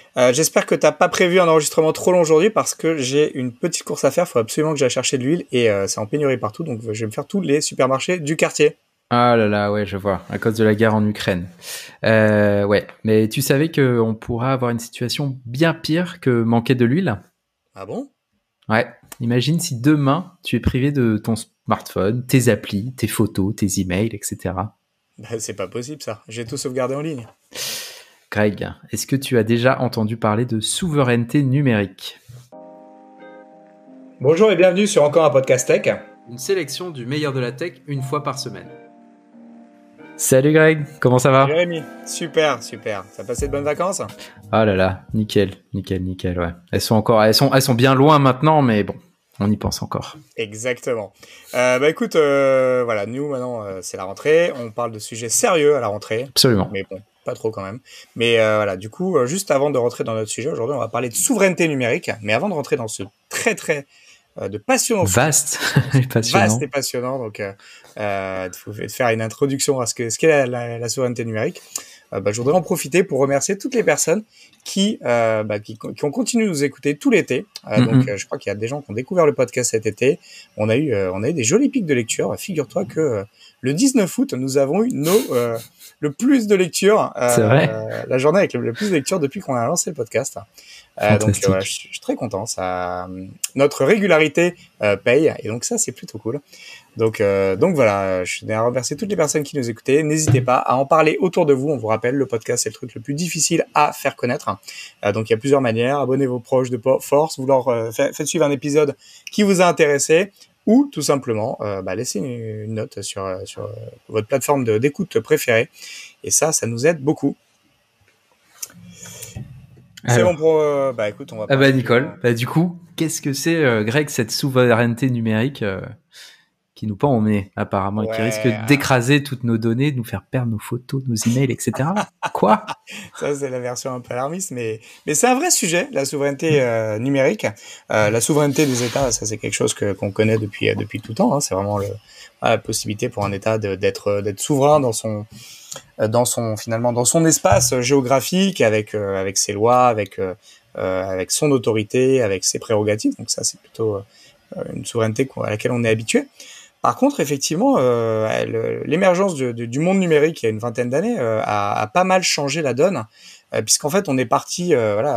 J'espère que t'as pas prévu un enregistrement trop long aujourd'hui parce que j'ai une petite course à faire. Il faut absolument que j'aille chercher de l'huile et c'est en pénurie partout. Donc je vais me faire tous les supermarchés du quartier. Ah là là, ouais, je vois, à cause de la guerre en Ukraine. Ouais, mais tu savais qu'on pourra avoir une situation bien pire que manquer de l'huile? Ah bon? Ouais, imagine si demain, tu es privé de ton smartphone, tes applis, tes photos, tes emails, etc. Bah, c'est pas possible ça. J'ai tout sauvegardé en ligne. Greg, est-ce que tu as déjà entendu parler de souveraineté numérique? Bonjour et bienvenue sur encore un podcast tech. Une sélection du meilleur de la tech une fois par semaine. Salut Greg, comment ça va? Jérémy, super. T'as passé de bonnes vacances? Ah là là, nickel, ouais. Elles sont bien loin maintenant, mais bon, on y pense encore. Exactement. Écoute, voilà, nous maintenant c'est la rentrée. On parle de sujets sérieux à la rentrée. Absolument. Mais bon, pas trop quand même. Mais voilà, du coup, juste avant de rentrer dans notre sujet, aujourd'hui, on va parler de souveraineté numérique. Mais avant de rentrer dans ce très de passionnant Vaste et passionnant. vaste et passionnant, donc faut faire une introduction à ce qu'est la souveraineté numérique. Je voudrais en profiter pour remercier toutes les personnes qui ont continué de nous écouter tout l'été. Donc, je crois qu'il y a des gens qui ont découvert le podcast cet été. On a eu des jolis pics de lecture. Figure-toi que le 19 août, nous avons eu le plus de lectures. C'est vrai. La journée avec le plus de lectures depuis qu'on a lancé le podcast. Donc voilà, je suis très content. Notre régularité paye, et donc ça c'est plutôt cool. Donc voilà, je tenais à remercier toutes les personnes qui nous écoutaient. N'hésitez pas à en parler autour de vous. On vous rappelle, le podcast c'est le truc le plus difficile à faire connaître. Donc il y a plusieurs manières. Abonnez vos proches de force, vous leur faites suivre un épisode qui vous a intéressé, ou tout simplement laissez une note sur votre plateforme d'écoute préférée. Et ça nous aide beaucoup. C'est bon pour... écoute, on va parler... Nicole, du coup, qu'est-ce que c'est, Greg, cette souveraineté numérique qui nous pend au nez, apparemment, et qui risque d'écraser toutes nos données, de nous faire perdre nos photos, nos emails, etc. Quoi? Ça, c'est la version un peu alarmiste, mais c'est un vrai sujet, la souveraineté numérique. La souveraineté des États, ça c'est quelque chose qu'on connaît depuis tout le temps. Hein. C'est vraiment la possibilité pour un État d'être souverain dans son espace géographique, avec ses lois, avec son autorité, avec ses prérogatives. Donc ça, c'est plutôt une souveraineté à laquelle on est habitué. Par contre, effectivement, l'émergence du monde numérique il y a une vingtaine d'années a pas mal changé la donne, puisqu'en fait, on est parti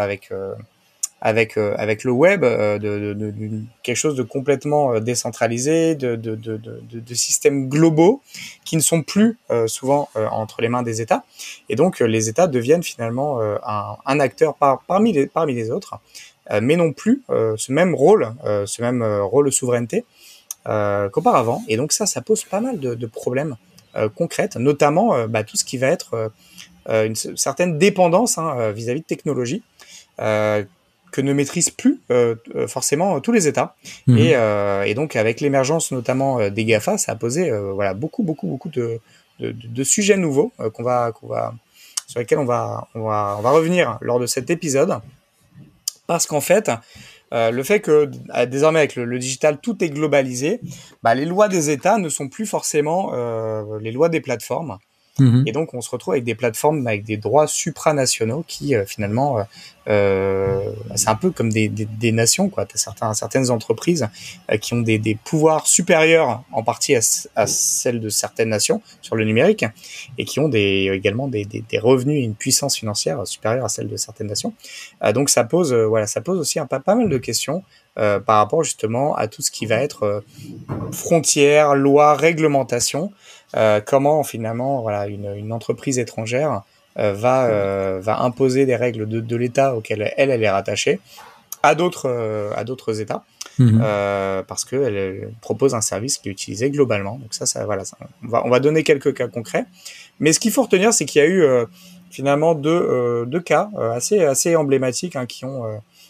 avec le web de quelque chose de complètement décentralisé, de systèmes globaux qui ne sont plus souvent entre les mains des États, et donc les États deviennent finalement un acteur parmi les autres, mais non plus ce même rôle de souveraineté qu'auparavant. Et donc ça pose pas mal de problèmes concrets, notamment tout ce qui va être une certaine dépendance vis-à-vis de technologie que ne maîtrisent plus forcément tous les États. Et donc avec l'émergence notamment des GAFA, ça a posé beaucoup de sujets nouveaux sur lesquels on va revenir lors de cet épisode, parce qu'en fait le fait que désormais avec le digital tout est globalisé, les lois des États ne sont plus forcément les lois des plateformes. Et donc on se retrouve avec des plateformes avec des droits supranationaux qui finalement c'est un peu comme des nations, quoi. T'as certaines entreprises qui ont des pouvoirs supérieurs en partie à celles de certaines nations sur le numérique, et qui ont également des revenus et une puissance financière supérieure à celle de certaines nations. Donc ça pose aussi pas mal de questions par rapport justement à tout ce qui va être frontières, lois, réglementations. Comment finalement une entreprise étrangère va imposer des règles de l'État auquel elle est rattachée à d'autres États, parce qu'elle propose un service qui est utilisé globalement. Donc on va donner quelques cas concrets, mais ce qu'il faut retenir, c'est qu'il y a eu finalement deux cas assez emblématiques qui ont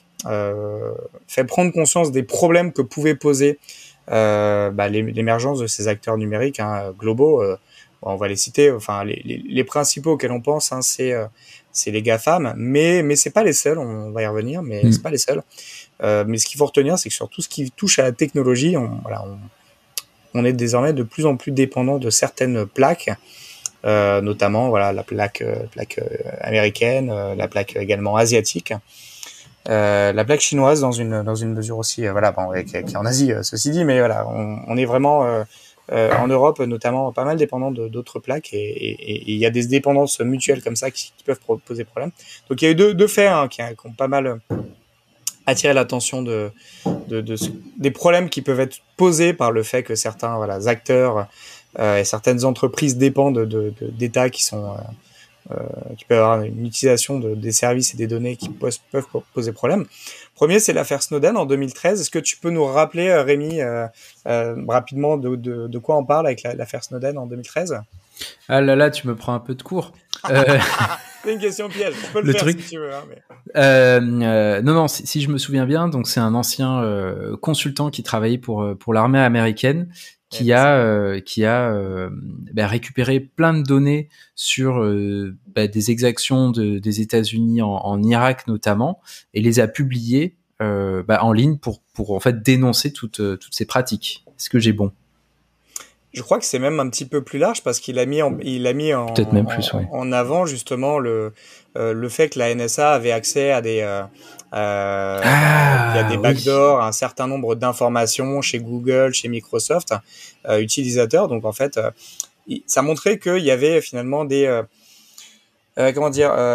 fait prendre conscience des problèmes que pouvait poser l'émergence de ces acteurs numériques globaux. On va les citer. Enfin, les principaux auxquels on pense, c'est les GAFAM, mais c'est pas les seuls. On va y revenir, mais c'est pas les seuls. Mais ce qu'il faut retenir, c'est que sur tout ce qui touche à la technologie, on est désormais de plus en plus dépendant de certaines plaques notamment voilà la plaque américaine, la plaque également asiatique. La plaque chinoise dans une mesure aussi voilà bon qui est en Asie ceci dit, mais voilà on est vraiment en Europe notamment pas mal dépendant d'autres plaques et il y a des dépendances mutuelles comme ça qui peuvent poser problème. Donc il y a eu deux faits qui ont pas mal attiré l'attention des problèmes qui peuvent être posés par le fait que certains acteurs et certaines entreprises dépendent d'États qui peuvent avoir une utilisation des services et des données qui peuvent poser problème. Premier, c'est l'affaire Snowden en 2013. Est-ce que tu peux nous rappeler, Rémi, rapidement de quoi on parle avec l'affaire Snowden en 2013 ? Ah là, tu me prends un peu de court. C'est une question piège. Tu peux le faire truc... si tu veux. Hein, mais... non, si je me souviens bien, donc c'est un ancien consultant qui travaillait pour l'armée américaine qui a récupéré plein de données sur des exactions des États-Unis en Irak notamment et les a publiées en ligne pour en fait dénoncer toutes ces pratiques. Est-ce que j'ai bon? Je crois que c'est même un petit peu plus large parce qu'il a mis peut-être même plus, ouais. en avant justement le fait que la NSA avait accès à des via des backdoors, un certain nombre d'informations chez Google, chez Microsoft, utilisateurs. Donc en fait, ça montrait qu'il y avait finalement des qu'on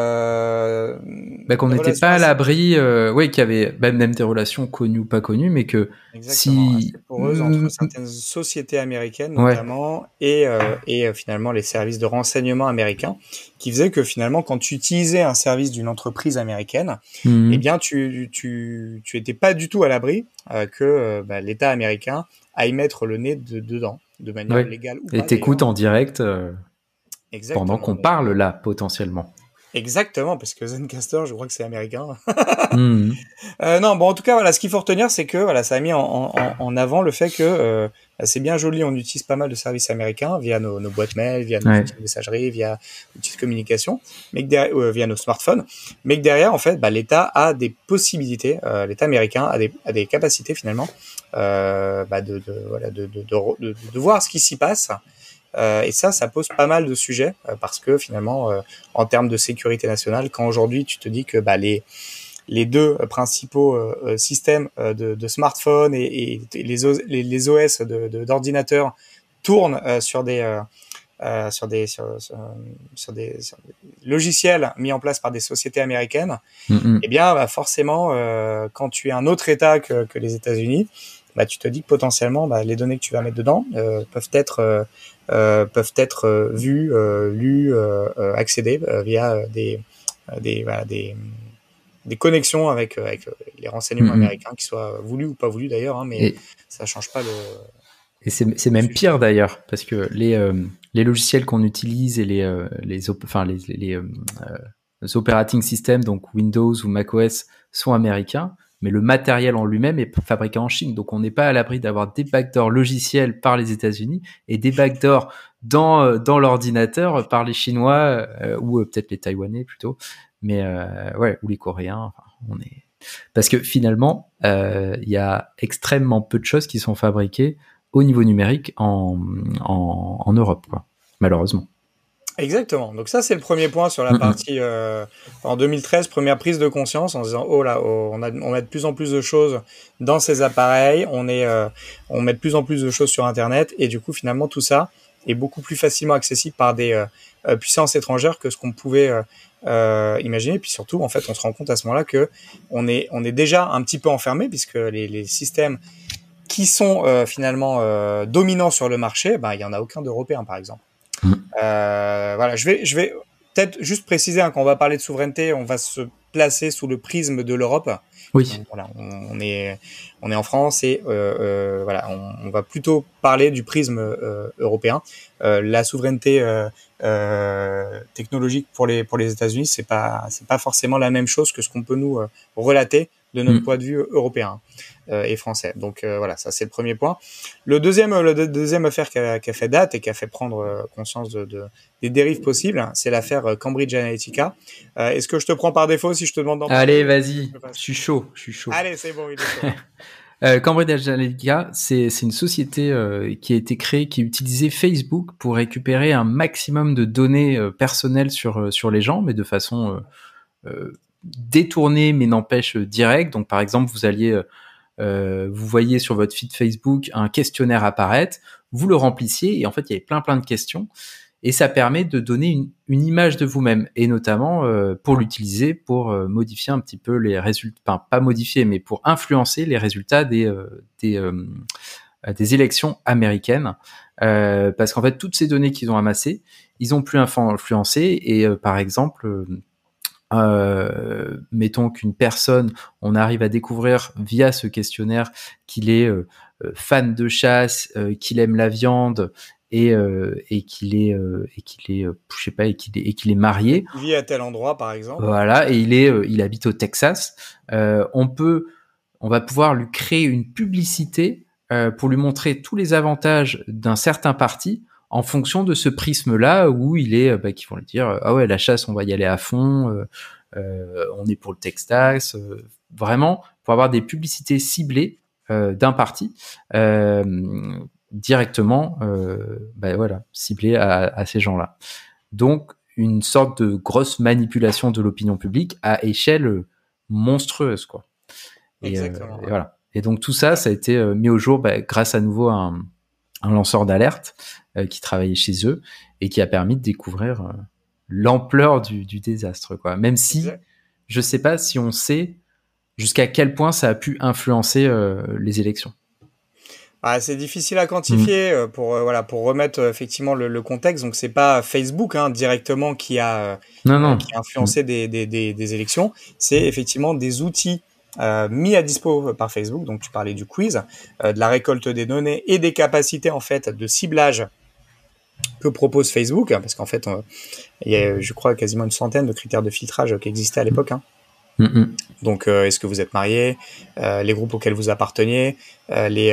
n'était pas à l'abri, qu'il y avait même des relations connues ou pas connues, mais que si poreuse entre certaines sociétés américaines notamment et finalement les services de renseignement américains, qui faisaient que finalement quand tu utilisais un service d'une entreprise américaine, eh bien tu étais pas du tout à l'abri que l'État américain aille mettre le nez dedans de manière légale ou pas. Et t'écoutes en direct. Pendant qu'on parle là, potentiellement. Exactement, parce que Zencastr, je crois que c'est américain. Non, bon, en tout cas, voilà, ce qu'il faut retenir, c'est que ça a mis en avant le fait que c'est bien joli, on utilise pas mal de services américains via nos boîtes mail, via nos outils de messagerie, via outils de communication, mais que via nos smartphones, mais que derrière, en fait, l'État a des possibilités, l'État américain a des capacités finalement de voir ce qui s'y passe. Et ça pose pas mal de sujets parce que finalement, en termes de sécurité nationale, quand aujourd'hui tu te dis que les deux principaux systèmes de smartphones et les OS d'ordinateurs tournent sur des logiciels mis en place par des sociétés américaines, et bien forcément, quand tu es un autre État que les États-Unis, tu te dis que potentiellement les données que tu vas mettre dedans peuvent être vues, lues, accédées via des connexions avec les renseignements américains, qui soient voulus ou pas voulus d'ailleurs, mais ça change pas le. Et c'est même pire d'ailleurs, parce que les logiciels qu'on utilise et les operating systems, donc Windows ou macOS, sont américains, mais le matériel en lui-même est fabriqué en Chine. Donc on n'est pas à l'abri d'avoir des backdoors logiciels par les États-Unis et des backdoors dans l'ordinateur par les Chinois ou peut-être les Taïwanais plutôt, mais ou les Coréens. Enfin, parce que finalement il y a extrêmement peu de choses qui sont fabriquées au niveau numérique en Europe, quoi, malheureusement. Exactement. Donc ça, c'est le premier point sur la partie en 2013, première prise de conscience en se disant on met de plus en plus de choses dans ces appareils, on met de plus en plus de choses sur Internet, et du coup finalement tout ça est beaucoup plus facilement accessible par des puissances étrangères que ce qu'on pouvait imaginer. Puis surtout, en fait, on se rend compte à ce moment-là que on est déjà un petit peu enfermé, puisque les systèmes qui sont finalement dominants sur le marché, il y en a aucun d'européen, par exemple. Je vais peut-être juste préciser quand on va parler de souveraineté, on va se placer sous le prisme de l'Europe. Oui. Donc, voilà, on est en France et on va plutôt parler du prisme européen. La souveraineté technologique pour les États-Unis, c'est pas forcément la même chose que ce qu'on peut nous relater de notre point de vue européen et français. Donc ça c'est le premier point. Le deuxième affaire qui a fait date et qui a fait prendre conscience des dérives possibles, c'est l'affaire Cambridge Analytica. Est-ce que je te prends par défaut si je te demande d'en parler ? Allez, vas-y, je suis chaud. Allez, c'est bon, il est chaud. Cambridge Analytica, c'est une société qui a été créée, qui utilisait Facebook pour récupérer un maximum de données personnelles sur les gens, mais de façon détournée, mais n'empêche directe. Donc, par exemple, vous voyez sur votre feed Facebook un questionnaire apparaître, vous le remplissiez, et en fait, il y avait plein de questions. Et ça permet de donner une image de vous-même, et notamment pour l'utiliser pour modifier un petit peu les résultats, enfin pas modifier, mais pour influencer les résultats des élections américaines, parce qu'en fait toutes ces données qu'ils ont amassées, ils ont pu influencer. Et par exemple, mettons qu'une personne, on arrive à découvrir via ce questionnaire qu'il est fan de chasse, qu'il aime la viande, et qu'il est je sais pas, et qu'il est marié. Il vit à tel endroit, par exemple. Voilà, et il habite au Texas. On va pouvoir lui créer une publicité pour lui montrer tous les avantages d'un certain parti en fonction de ce prisme-là, où il est, qui vont lui dire ah ouais, la chasse, on va y aller à fond. On est pour le Texas. Vraiment, pour avoir des publicités ciblées d'un parti. Directement voilà, ciblé à ces gens-là. Donc une sorte de grosse manipulation de l'opinion publique à échelle monstrueuse, quoi. Exactement. Et voilà. Et donc tout ça a été mis au jour grâce à nouveau à un lanceur d'alerte qui travaillait chez eux et qui a permis de découvrir l'ampleur du désastre, quoi. Même si je sais pas si on sait jusqu'à quel point ça a pu influencer les élections. C'est difficile à quantifier pour remettre effectivement le contexte. Donc c'est pas Facebook directement qui a influencé des élections. C'est effectivement des outils mis à dispo par Facebook. Donc tu parlais du quiz, de la récolte des données et des capacités en fait de ciblage que propose Facebook, parce qu'en fait il y a, je crois, quasiment une centaine de critères de filtrage qui existaient à l'époque. Donc, est-ce que vous êtes marié, les groupes auxquels vous apparteniez, les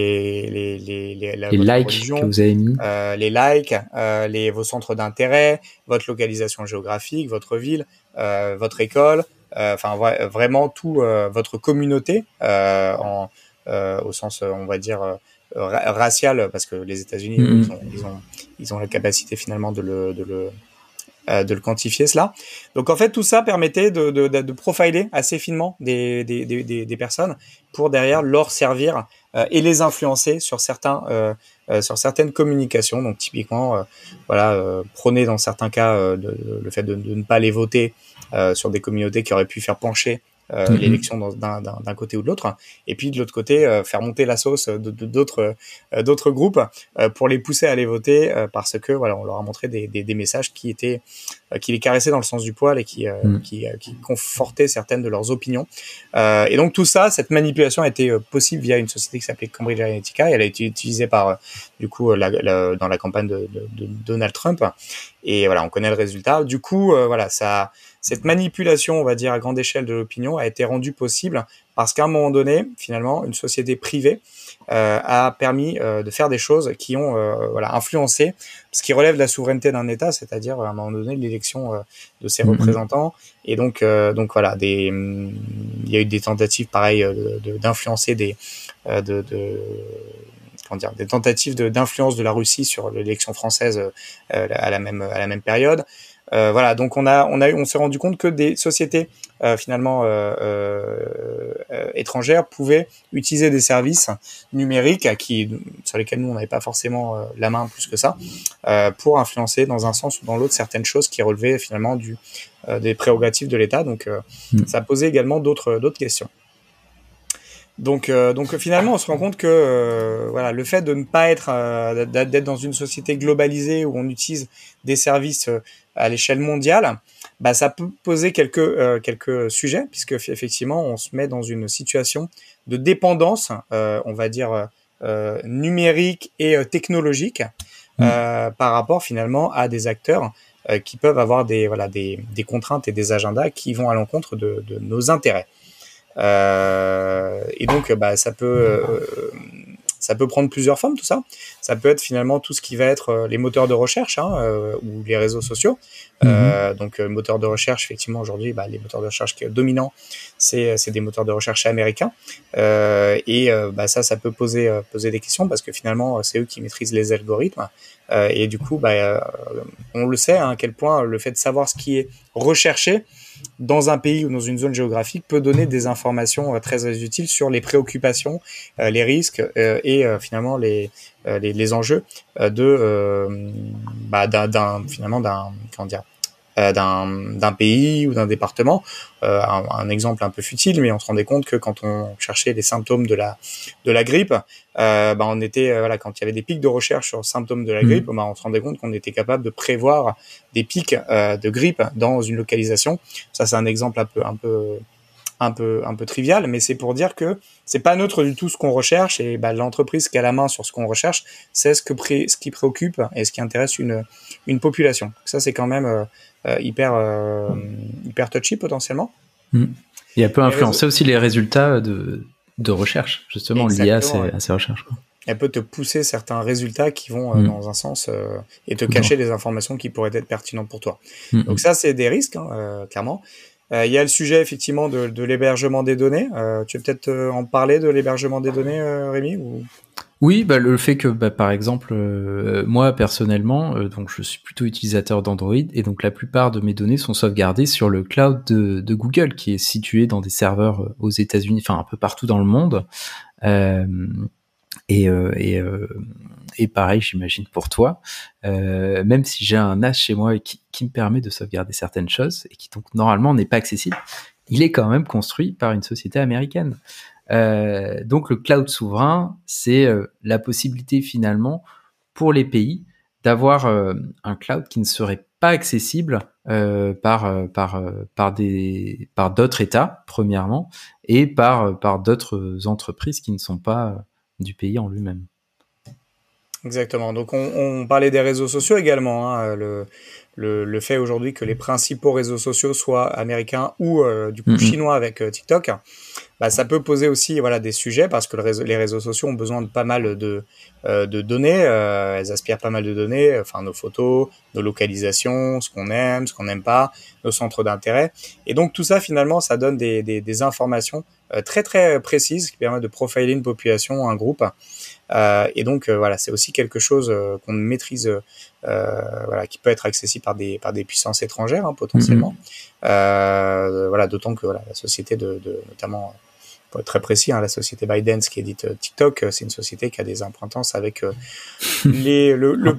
likes religion, que vous avez mis, les likes, vos centres d'intérêt, votre localisation géographique, votre ville, votre école, vraiment tout, votre communauté au sens, on va dire, racial, parce que les États-Unis ils ont la capacité finalement de le quantifier, cela. Donc en fait tout ça permettait de profiler assez finement des personnes pour derrière leur servir et les influencer sur certaines communications. Donc typiquement prôner dans certains cas le fait de ne pas les voter sur des communautés qui auraient pu faire pencher l'élection d'un côté ou de l'autre, et puis de l'autre côté faire monter la sauce d'autres groupes pour les pousser à aller voter parce que on leur a montré des messages qui les caressaient dans le sens du poil et qui confortaient certaines de leurs opinions. Et donc tout ça, cette manipulation a été possible via une société qui s'appelait Cambridge Analytica. Elle a été utilisée par dans la campagne de Donald Trump. Et voilà, on connaît le résultat. Du coup, cette manipulation, on va dire, à grande échelle de l'opinion a été rendue possible parce qu'à un moment donné, finalement, une société privée a permis de faire des choses qui ont influencé ce qui relève de la souveraineté d'un État, c'est-à-dire à un moment donné l'élection de ses représentants. Et donc il y a eu des tentatives pareilles d'influencer des tentatives d'influence de la Russie sur l'élection française à la même période. Donc on s'est rendu compte que des sociétés finalement étrangères pouvaient utiliser des services numériques sur lesquels nous on n'avait pas forcément la main plus que ça pour influencer dans un sens ou dans l'autre certaines choses qui relevaient finalement des prérogatives de l'État. Donc ça posait également d'autres questions. Donc finalement, on se rend compte que le fait de ne pas d'être dans une société globalisée où on utilise des services à l'échelle mondiale, ça peut poser quelques sujets, puisque effectivement, on se met dans une situation de dépendance, on va dire numérique et technologique, par rapport finalement à des acteurs qui peuvent avoir des contraintes et des agendas qui vont à l'encontre de nos intérêts. Et donc ça peut ça peut prendre plusieurs formes, tout ça. Ça peut être finalement tout ce qui va être les moteurs de recherche ou les réseaux sociaux. Donc, moteurs de recherche, effectivement, aujourd'hui, les moteurs de recherche dominants, c'est des moteurs de recherche américains. Ça peut poser des questions parce que finalement, c'est eux qui maîtrisent les algorithmes. Et du coup, on le sait, à quel point le fait de savoir ce qui est recherché dans un pays ou dans une zone géographique peut donner des informations très utiles sur les préoccupations, les risques et finalement les enjeux d'un pays ou d'un département. Un exemple un peu futile, mais on se rendait compte que quand on cherchait les symptômes de la grippe, on était quand il y avait des pics de recherche sur symptômes de la grippe, on se rendait compte qu'on était capable de prévoir des pics de grippe dans une localisation. Ça, c'est un exemple un peu trivial, mais c'est pour dire que c'est pas neutre du tout ce qu'on recherche, et l'entreprise qui a la main sur ce qu'on recherche, c'est ce qui préoccupe et ce qui intéresse une population. Ça, c'est quand même hyper touchy potentiellement. Et elle peut influencer aussi les résultats de recherche, justement, liés à ces recherches, quoi. Elle peut te pousser certains résultats qui vont dans un sens et te cacher des informations qui pourraient être pertinentes pour toi. Donc ça, c'est des risques, clairement. Il y a le sujet effectivement de l'hébergement des données. Tu veux peut-être en parler de l'hébergement des données, Rémi, ou... Oui, le fait que, par exemple, moi personnellement, donc je suis plutôt utilisateur d'Android, et donc la plupart de mes données sont sauvegardées sur le cloud de Google, qui est situé dans des serveurs aux États-Unis, enfin un peu partout dans le monde. Et pareil, j'imagine pour toi, même si j'ai un NAS chez moi qui me permet de sauvegarder certaines choses et qui donc normalement n'est pas accessible, il est quand même construit par une société américaine. Donc le cloud souverain, c'est la possibilité finalement pour les pays d'avoir un cloud qui ne serait pas accessible par d'autres États premièrement, et par d'autres entreprises qui ne sont pas du pays en lui-même. Exactement. Donc on parlait des réseaux sociaux également. Le fait aujourd'hui que les principaux réseaux sociaux soient américains ou chinois avec TikTok, ça peut poser aussi des sujets, parce que les réseaux sociaux ont besoin de pas mal de données. Elles aspirent pas mal de données, nos photos, nos localisations, ce qu'on aime, ce qu'on n'aime pas, nos centres d'intérêt. Et donc tout ça, finalement, ça donne des informations très très précises qui permettent de profiler une population, un groupe. Et donc c'est aussi quelque chose qu'on maîtrise, qui peut être accessible par des puissances étrangères, potentiellement. D'autant que la société notamment, pour être très précis, la société ByteDance qui édite TikTok, c'est une société qui a des empruntances avec le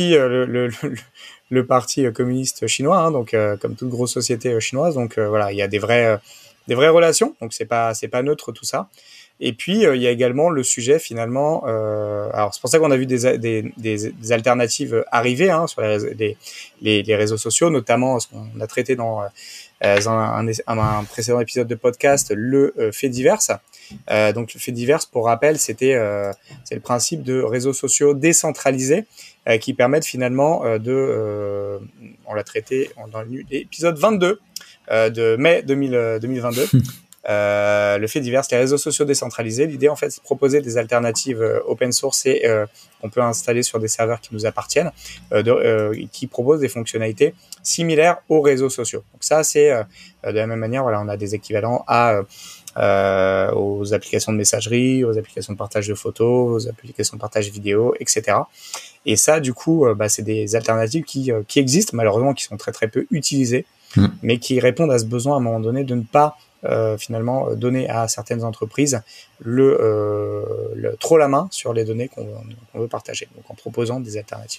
parti communiste chinois, donc comme toute grosse société chinoise. Donc il y a des vraies relations. Donc c'est pas neutre tout ça. Et puis il y a également le sujet finalement. Alors c'est pour ça qu'on a vu des alternatives arriver sur les réseaux sociaux, notamment ce qu'on a traité dans un précédent épisode de podcast, le fait divers. Donc le fait divers, pour rappel, c'est le principe de réseaux sociaux décentralisés qui permettent finalement on l'a traité dans l'épisode 22 de mai 2022. Le fait divers, les réseaux sociaux décentralisés. L'idée, en fait, c'est de proposer des alternatives open source et qu'on peut installer sur des serveurs qui nous appartiennent, qui proposent des fonctionnalités similaires aux réseaux sociaux. Donc ça, c'est de la même manière, on a des équivalents aux applications de messagerie, aux applications de partage de photos, aux applications de partage vidéo, etc. Et ça, du coup, c'est des alternatives qui existent, malheureusement, qui sont très très peu utilisées, mais qui répondent à ce besoin à un moment donné de ne pas finalement donner à certaines entreprises trop la main sur les données qu'on veut partager, donc en proposant des alternatives.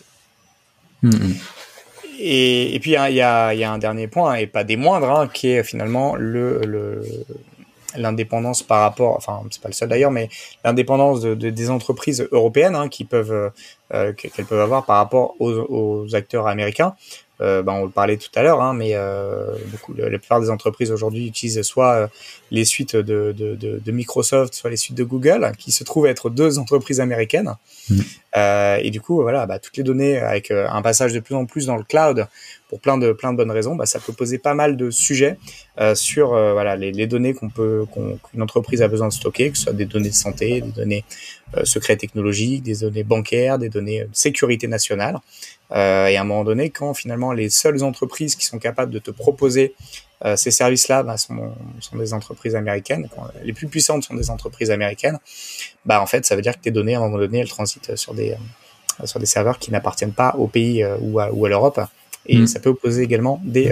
Et puis il y a un dernier point, et pas des moindres, qui est finalement l'indépendance par rapport, enfin c'est pas le seul d'ailleurs, mais l'indépendance des entreprises européennes qu'elles peuvent avoir par rapport aux acteurs américains. On le parlait tout à l'heure, mais la plupart des entreprises aujourd'hui utilisent soit les suites de Microsoft, soit les suites de Google, qui se trouvent être deux entreprises américaines. Et du coup, toutes les données, avec un passage de plus en plus dans le cloud, pour plein de bonnes raisons, ça peut poser pas mal de sujets sur voilà les données qu'une entreprise a besoin de stocker, que ce soit des données de santé, des données secrets technologiques, des données bancaires, des données de sécurité nationale. Et à un moment donné, quand finalement les seules entreprises qui sont capables de te proposer ces services-là sont des entreprises américaines. Quand les plus puissantes sont des entreprises américaines. En fait, ça veut dire que tes données, à un moment donné, elles transitent sur des serveurs qui n'appartiennent pas au pays ou à l'Europe. Et ça peut poser également des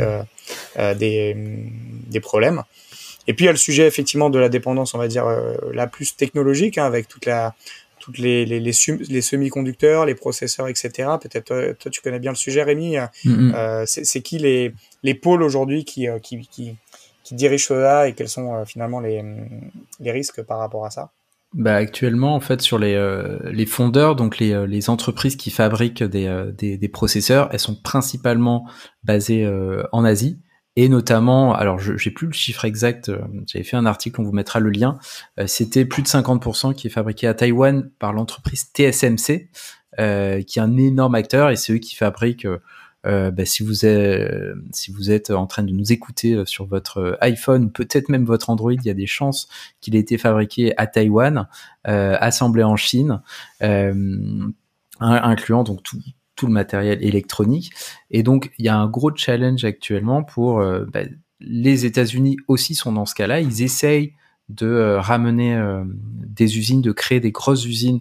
problèmes. Et puis, il y a le sujet, effectivement, de la dépendance, on va dire, la plus technologique, avec toutes les semi-conducteurs, les processeurs, etc. Peut-être toi, tu connais bien le sujet, Rémi. C'est qui les pôles aujourd'hui qui dirigent cela et quels sont finalement les risques par rapport à ça? Actuellement, en fait, sur les fondeurs, donc les entreprises qui fabriquent des processeurs, elles sont principalement basées en Asie. Et notamment, alors j'ai plus le chiffre exact, j'avais fait un article, on vous mettra le lien, c'était plus de 50% qui est fabriqué à Taïwan par l'entreprise TSMC, qui est un énorme acteur, et c'est eux qui fabriquent, si vous êtes en train de nous écouter sur votre iPhone, peut-être même votre Android, il y a des chances qu'il ait été fabriqué à Taïwan, assemblé en Chine, incluant donc tout le matériel électronique. Et donc, il y a un gros challenge actuellement pour les États-Unis aussi sont dans ce cas-là. Ils essayent de ramener des usines, de créer des grosses usines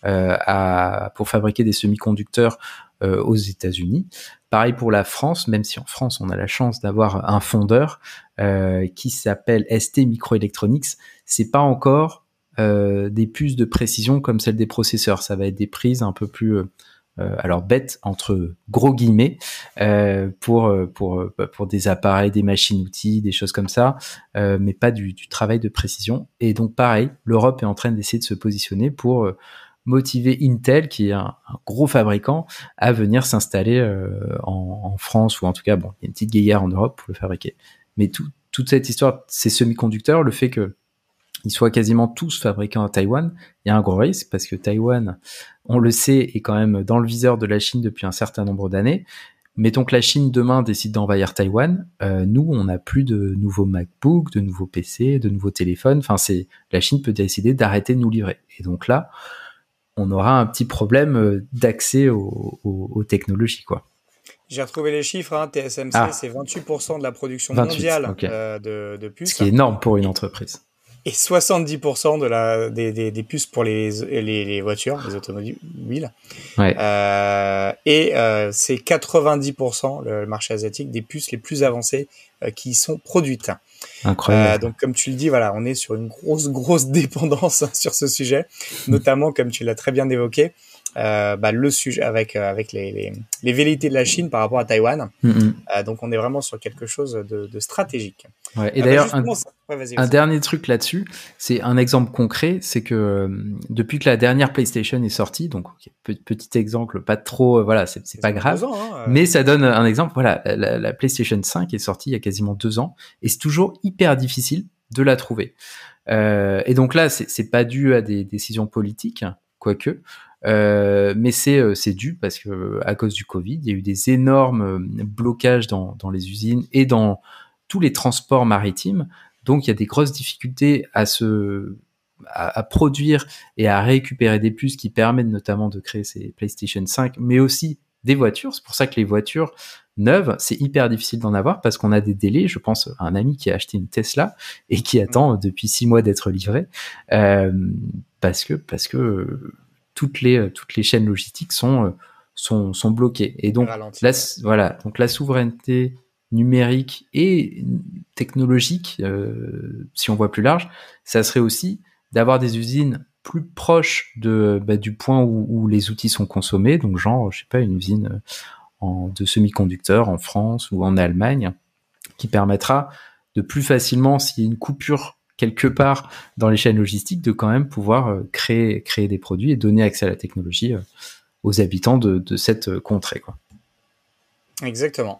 pour fabriquer des semi-conducteurs aux États-Unis. Pareil pour la France, même si en France, on a la chance d'avoir un fondeur qui s'appelle ST Microelectronics. C'est pas encore des puces de précision comme celles des processeurs. Ça va être des prises un peu plus alors bête entre gros guillemets pour des appareils, des machines-outils, des choses comme ça, mais pas du travail de précision. Et donc pareil, l'Europe est en train d'essayer de se positionner pour motiver Intel, qui est un gros fabricant, à venir s'installer en France, ou en tout cas, bon, il y a une petite guéguerre en Europe pour le fabriquer. Mais toute cette histoire, ces semi-conducteurs, le fait que ils soient quasiment tous fabriqués à Taïwan, il y a un gros risque parce que Taïwan, on le sait, est quand même dans le viseur de la Chine depuis un certain nombre d'années. Mettons que la Chine demain décide d'envahir Taïwan, nous, on n'a plus de nouveaux MacBook, de nouveaux PC, de nouveaux téléphones. Enfin, la Chine peut décider d'arrêter de nous livrer. Et donc là, on aura un petit problème d'accès aux technologies, quoi. J'ai retrouvé les chiffres, TSMC, c'est 28% de la production 28, mondiale okay. de puces. Ce qui est énorme pour une entreprise. Et 70% des puces pour les voitures, les automobiles. Ouais. C'est 90% le marché asiatique des puces les plus avancées qui sont produites. Incroyable. Donc comme tu le dis, voilà, on est sur une grosse dépendance sur ce sujet, notamment comme tu l'as très bien évoqué. Le sujet avec les velléités de la Chine par rapport à Taïwan. Donc on est vraiment sur quelque chose de stratégique. Ouais, et d'ailleurs, un dernier truc là-dessus, c'est un exemple concret, c'est que depuis que la dernière PlayStation est sortie, donc petit exemple, pas trop, voilà, c'est pas grave, mais ça donne un exemple. Voilà, la PlayStation 5 est sortie il y a quasiment 2 ans, et c'est toujours hyper difficile de la trouver. Et donc là, c'est pas dû à des décisions politiques, quoique. Mais c'est dû parce que à cause du Covid, il y a eu des énormes blocages dans les usines et dans tous les transports maritimes. Donc il y a des grosses difficultés à produire et à récupérer des puces qui permettent notamment de créer ces PlayStation 5, mais aussi des voitures. C'est pour ça que les voitures neuves, c'est hyper difficile d'en avoir parce qu'on a des délais. Je pense à un ami qui a acheté une Tesla et qui attend depuis 6 mois d'être livré parce que toutes les chaînes logistiques sont bloquées. Et donc donc la souveraineté numérique et technologique, si on voit plus large, ça serait aussi d'avoir des usines plus proches du point où les outils sont consommés, donc genre, je sais pas, une usine de semi-conducteurs en France ou en Allemagne, qui permettra de plus facilement, s'il y a une coupure quelque part dans les chaînes logistiques, de quand même pouvoir créer des produits et donner accès à la technologie aux habitants de cette contrée, quoi. Exactement.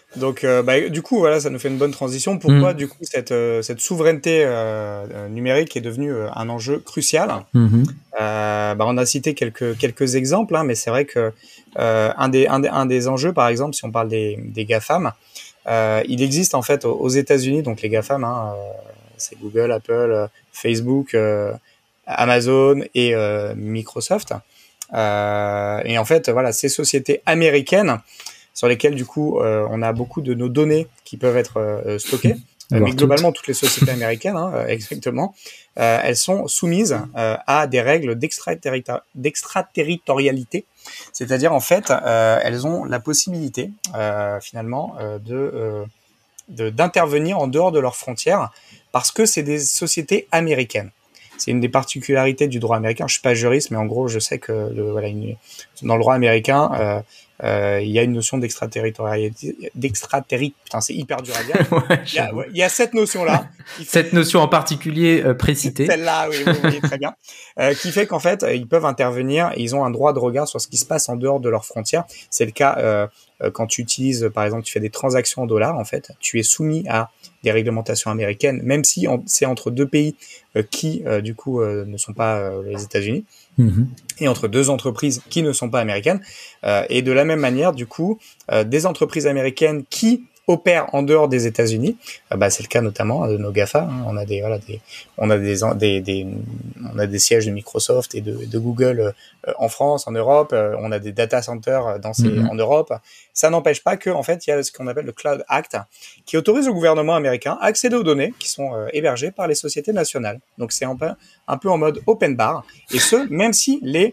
Donc, du coup, voilà, ça nous fait une bonne transition. Pourquoi, du coup, cette souveraineté numérique est devenue un enjeu crucial? On a cité quelques exemples, hein, mais c'est vrai que un des enjeux, par exemple, si on parle des GAFAM, il existe en fait aux États-Unis, donc les GAFAM, hein, c'est Google, Apple, Facebook, Amazon et Microsoft. Et en fait, voilà, ces sociétés américaines sur lesquelles du coup on a beaucoup de nos données qui peuvent être stockées. Mais globalement, toutes les sociétés américaines, hein, exactement, elles sont soumises à des règles d'extraterritorialité. C'est-à-dire, en fait, elles ont la possibilité, finalement, d'intervenir en dehors de leurs frontières parce que c'est des sociétés américaines. C'est une des particularités du droit américain. Je suis pas juriste, mais en gros, je sais que dans le droit américain, il y a une notion d'extraterritorialité. Putain, c'est hyper dur à dire. Ouais, il y a cette notion-là. Cette notion en particulier précitée. Celle-là, oui, vous voyez très bien. Qui fait qu'en fait, ils peuvent intervenir et ils ont un droit de regard sur ce qui se passe en dehors de leurs frontières. C'est le cas quand tu utilises, par exemple, tu fais des transactions en dollars, en fait, tu es soumis à des réglementations américaines, même si c'est entre deux pays qui, du coup, ne sont pas les États-Unis. Et entre deux entreprises qui ne sont pas américaines. Et de la même manière, du coup, des entreprises américaines qui opèrent en dehors des États-Unis, c'est le cas notamment de nos GAFA. Hein. On a des sièges de Microsoft et de Google en France, en Europe. On a des data centers en Europe. Ça n'empêche pas que, en fait, il y a ce qu'on appelle le Cloud Act, qui autorise le gouvernement américain à accéder aux données qui sont hébergées par les sociétés nationales. Donc c'est un peu en mode open bar, et ce même si les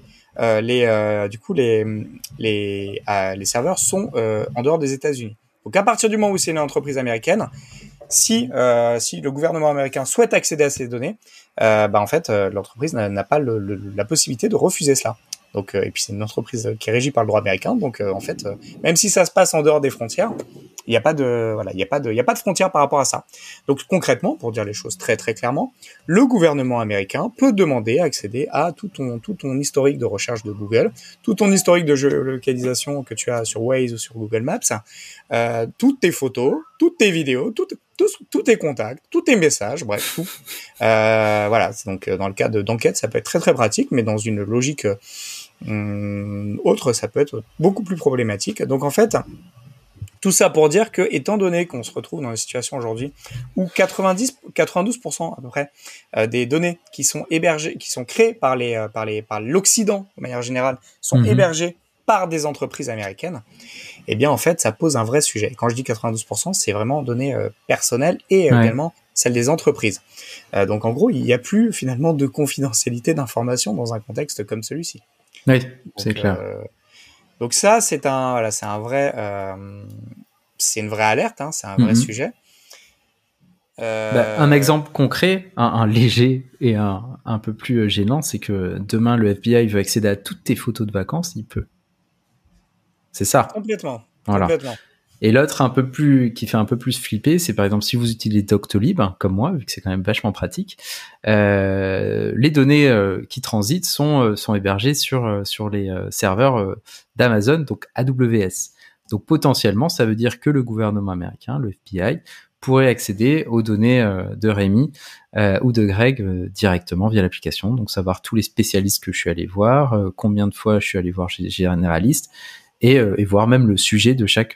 serveurs sont en dehors des États-Unis. Donc à partir du moment où c'est une entreprise américaine, si le gouvernement américain souhaite accéder à ces données, en fait l'entreprise n'a pas la possibilité de refuser cela. Donc et puis c'est une entreprise qui est régie par le droit américain, donc en fait même si ça se passe en dehors des frontières, il n'y a pas de frontières par rapport à ça. Donc concrètement, pour dire les choses très très clairement, le gouvernement américain peut demander à accéder à tout ton historique de recherche de Google, tout ton historique de géolocalisation que tu as sur Waze ou sur Google Maps, toutes tes photos, toutes tes vidéos, tous tes contacts, tous tes messages, bref, tout. Voilà, donc dans le cas d'enquête, ça peut être très très pratique, mais dans une logique autre, ça peut être beaucoup plus problématique. Donc en fait, tout ça pour dire que, étant donné qu'on se retrouve dans une situation aujourd'hui où 92% à peu près des données qui sont hébergées, qui sont créées par l'Occident de manière générale, sont hébergées par des entreprises américaines, eh bien en fait ça pose un vrai sujet. Et quand je dis 92%, c'est vraiment données personnelles et également celles des entreprises. Donc en gros, il n'y a plus finalement de confidentialité d'information dans un contexte comme celui-ci. Oui, c'est clair. Donc ça, c'est une vraie alerte, hein, c'est un vrai sujet. Un exemple concret, un léger et un peu plus gênant, c'est que demain le FBI veut accéder à toutes tes photos de vacances, il peut. C'est ça. Complètement. Et l'autre qui fait un peu plus flipper, c'est par exemple si vous utilisez Doctolib, comme moi, vu que c'est quand même vachement pratique, les données qui transitent sont hébergées sur les serveurs d'Amazon, donc AWS. Donc potentiellement, ça veut dire que le gouvernement américain, le FBI, pourrait accéder aux données de Rémi ou de Greg directement via l'application. Donc savoir tous les spécialistes que je suis allé voir, combien de fois je suis allé voir chez généraliste, et voir même le sujet de chaque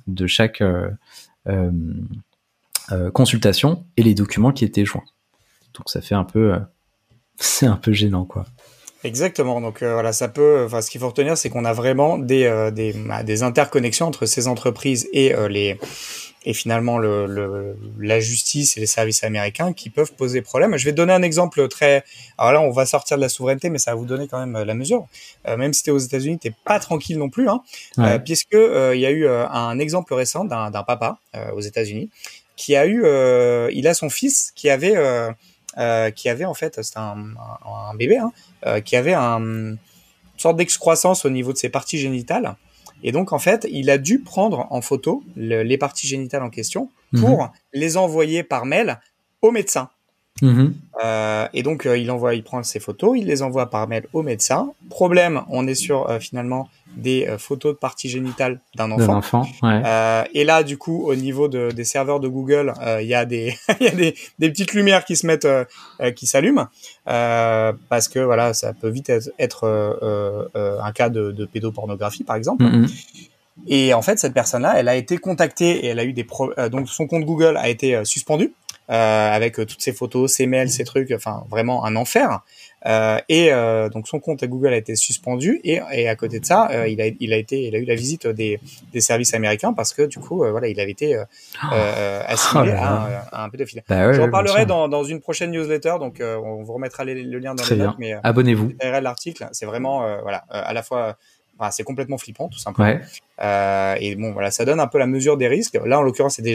consultation et les documents qui étaient joints. Donc ça fait c'est un peu gênant, quoi. Exactement. Donc voilà, ce qu'il faut retenir, c'est qu'on a vraiment des interconnexions entre ces entreprises et finalement la justice et les services américains qui peuvent poser problème. Je vais te donner un exemple alors là, on va sortir de la souveraineté, mais ça va vous donner quand même la mesure. Même si t'es aux États-Unis, t'es pas tranquille non plus, hein. Puisque il y a eu un exemple récent d'un papa aux États-Unis qui a il a son fils qui avait en fait, c'était un bébé, hein, qui avait une sorte d'excroissance au niveau de ses parties génitales. Et donc, en fait, il a dû prendre en photo les parties génitales en question pour les envoyer par mail au médecin. Et donc il prend ses photos, il les envoie par mail au médecin. Problème, on est sur finalement des photos de parties génitales d'un enfant. Ouais. Et là, du coup, au niveau des serveurs de Google, il y a des il y a des petites lumières qui se mettent, qui s'allument, parce que voilà, ça peut vite être un cas de pédopornographie, par exemple. Et en fait, cette personne-là, elle a été contactée et elle a eu donc son compte Google a été suspendu. Avec toutes ses photos, ses mails, ses trucs, enfin vraiment un enfer. Donc son compte à Google a été suspendu et à côté de ça, il a eu la visite des services américains parce que du coup, voilà, il avait été assimilé à un pédophile. Bah, J'en parlerai dans une prochaine newsletter, donc on vous remettra le lien dans les notes. Mais abonnez-vous. L'article, c'est vraiment à la fois. Enfin, c'est complètement flippant, tout simplement. Et bon, voilà, ça donne un peu la mesure des risques. Là, en l'occurrence, c'est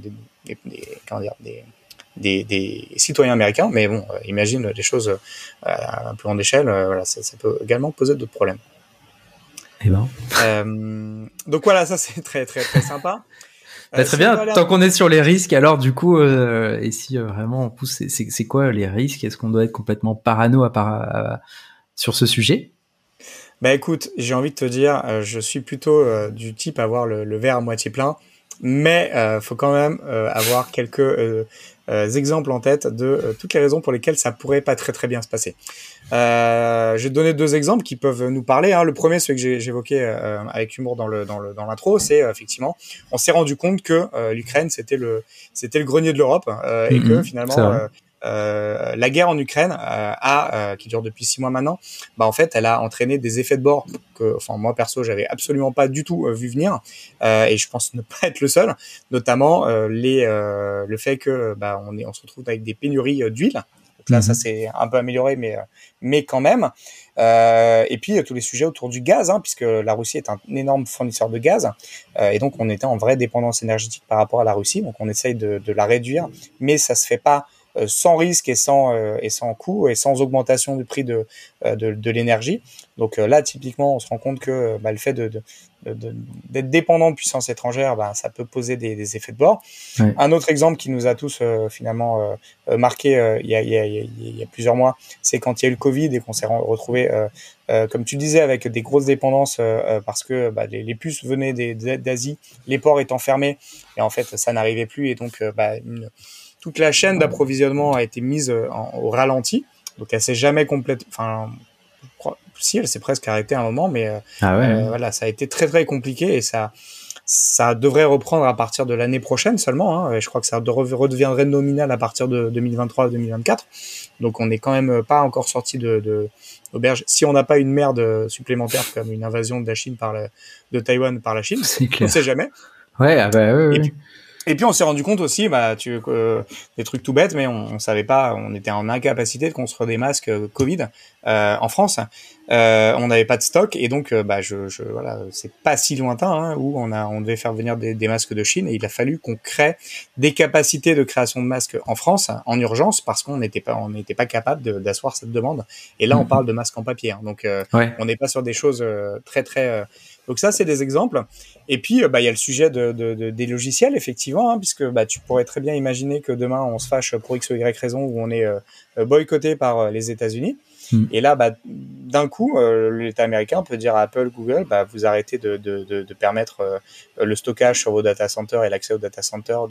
des citoyens américains, mais bon, imagine des choses à un plus grande échelle. Voilà, ça peut également poser d'autres problèmes. Eh ben. Donc voilà, ça c'est très très très sympa. Très bien. Tant qu'on est sur les risques, alors du coup, et si vraiment on pousse, c'est quoi les risques? Est-ce qu'on doit être complètement parano sur ce sujet? Bah écoute, j'ai envie de te dire, je suis plutôt du type à voir le verre à moitié plein, mais faut quand même avoir quelques exemples en tête de toutes les raisons pour lesquelles ça pourrait pas très très bien se passer. Je vais te donner 2 exemples qui peuvent nous parler. Le premier, celui que j'évoquais avec humour dans l'intro, c'est effectivement, on s'est rendu compte que l'Ukraine c'était le grenier de l'Europe et que finalement la guerre en Ukraine qui dure depuis 6 mois maintenant, bah en fait elle a entraîné des effets de bord que, enfin moi perso j'avais absolument pas du tout vu venir et je pense ne pas être le seul, notamment le fait que bah on se retrouve avec des pénuries d'huile. Donc là ça c'est un peu amélioré mais quand même. Et puis tous les sujets autour du gaz, puisque la Russie est un énorme fournisseur de gaz, et donc on était en vraie dépendance énergétique par rapport à la Russie, donc on essaye de la réduire, mais ça se fait pas sans risque et sans coût et sans augmentation du prix de l'énergie. Donc là, typiquement, on se rend compte que le fait d'être dépendant de puissance étrangère, ça peut poser des effets de bord. Ouais. Un autre exemple qui nous a tous finalement marqué il y a plusieurs mois, c'est quand il y a eu le Covid et qu'on s'est retrouvé, comme tu disais, avec des grosses dépendances parce que les puces venaient d'Asie, les ports étant fermés, et en fait, ça n'arrivait plus, et donc toute la chaîne d'approvisionnement a été mise au ralenti, donc elle s'est jamais complète. Enfin, si elle s'est presque arrêtée à un moment, mais voilà, ça a été très très compliqué et ça devrait reprendre à partir de l'année prochaine seulement. Je crois que ça redeviendrait nominal à partir de 2023-2024. Donc on n'est quand même pas encore sorti de l'auberge. Si on n'a pas une merde supplémentaire comme une invasion de la Chine de Taïwan par la Chine, on ne sait jamais. Ouais, Et puis on s'est rendu compte aussi, des trucs tout bêtes, mais on savait pas, on était en incapacité de construire des masques Covid en France. On n'avait pas de stock, et donc voilà, c'est pas si lointain où on devait faire venir des masques de Chine, et il a fallu qu'on crée des capacités de création de masques en France en urgence parce qu'on n'était pas capable d'asseoir cette demande. Et là, on parle de masques en papier, donc on n'est pas sur des choses très très. Donc ça, c'est des exemples. Et puis, il y a le sujet des logiciels, effectivement, puisque tu pourrais très bien imaginer que demain, on se fâche pour X ou Y raison, où on est boycotté par les États-Unis. Et là, d'un coup, l'État américain peut dire à Apple, Google, vous arrêtez de permettre le stockage sur vos data centers et l'accès aux data centers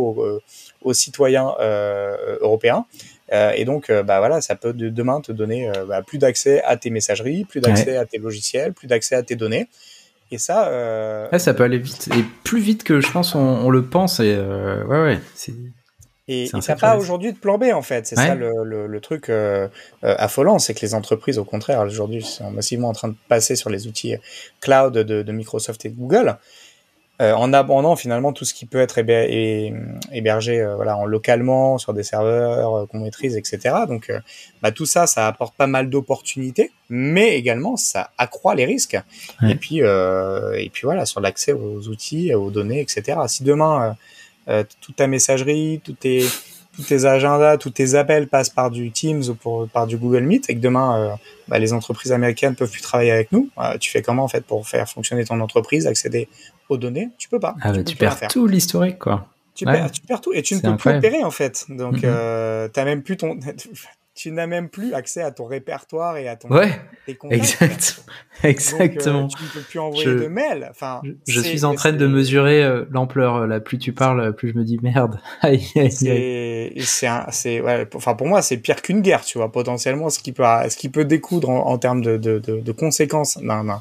aux citoyens européens. Et donc, voilà, ça peut demain te donner plus d'accès à tes messageries, plus d'accès à tes logiciels, plus d'accès à tes données. Et ça, ça peut aller vite, et plus vite que je pense on le pense. Et et t'as pas aujourd'hui de plan B, en fait. C'est ça le truc affolant, c'est que les entreprises, au contraire, aujourd'hui, sont massivement en train de passer sur les outils cloud de Microsoft et de Google, en abandonnant finalement tout ce qui peut être hébergé en localement sur des serveurs qu'on maîtrise, etc. Donc tout ça apporte pas mal d'opportunités, mais également ça accroît les risques. Et puis voilà, sur l'accès aux outils, aux données, etc. Si demain toute ta messagerie, tous tes agendas, tous tes appels passent par du Teams ou par du Google Meet, et que demain les entreprises américaines peuvent plus travailler avec nous, tu fais comment en fait pour faire fonctionner ton entreprise, accéder aux données? Tu peux pas. Tu perds tout l'historique, quoi. Tu perds tout et tu ne C'est peux plus incroyable. opérer en fait. Donc, t'as même plus tu n'as même plus accès à ton répertoire et à Ouais, tes contacts, quoi. exact, Donc, exactement. tu ne peux plus envoyer de Je, mails. Enfin, je suis en train de mesurer l'ampleur. Là, plus tu parles, plus je me dis merde. Aïe, aïe, aïe. ouais, enfin, pour moi, c'est pire qu'une guerre, tu vois, potentiellement, ce qui peut découdre en termes de conséquences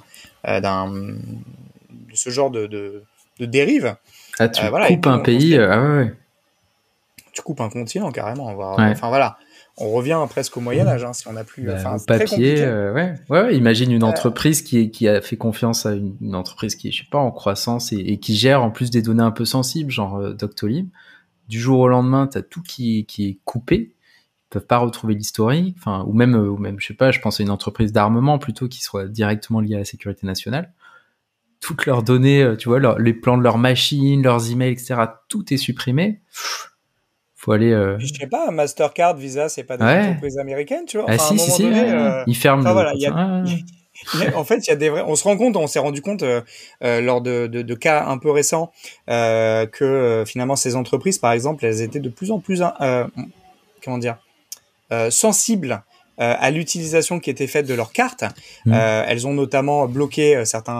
de ce genre de dérive. Ah, tu Voilà, et coupes nous, un pays. Ah ouais, tu coupes un continent carrément. ouais. Ouais. Enfin voilà, on revient presque au Moyen Âge, hein, si on n'a plus. Bah, Enfin, au c'est très papier, compliqué. ouais. Imagine une Euh, entreprise qui a fait confiance à une entreprise qui est, je sais pas, en croissance et qui gère en plus des données un peu sensibles, genre Doctolib. Du jour au lendemain, t'as tout qui est coupé. Ils peuvent pas retrouver l'historique. Enfin, ou même, je sais pas, je pense à une entreprise d'armement plutôt qui soit directement liée à la sécurité nationale. Toutes leurs données, tu vois, les plans de leurs machines, leurs emails, etc. Tout est supprimé. Faut aller. Puis je sais pas, Mastercard, Visa, c'est pas des Ouais. entreprises américaines, tu vois. Ah Enfin, à un si, si, moment si. donné, Ils ferment enfin le voilà, compte. Ouais. en fait, il y a des vrais. On s'est rendu compte lors de cas un peu récents que finalement ces entreprises, par exemple, elles étaient de plus en plus, comment dire, sensibles à l'utilisation qui était faite de leurs cartes. Elles ont notamment bloqué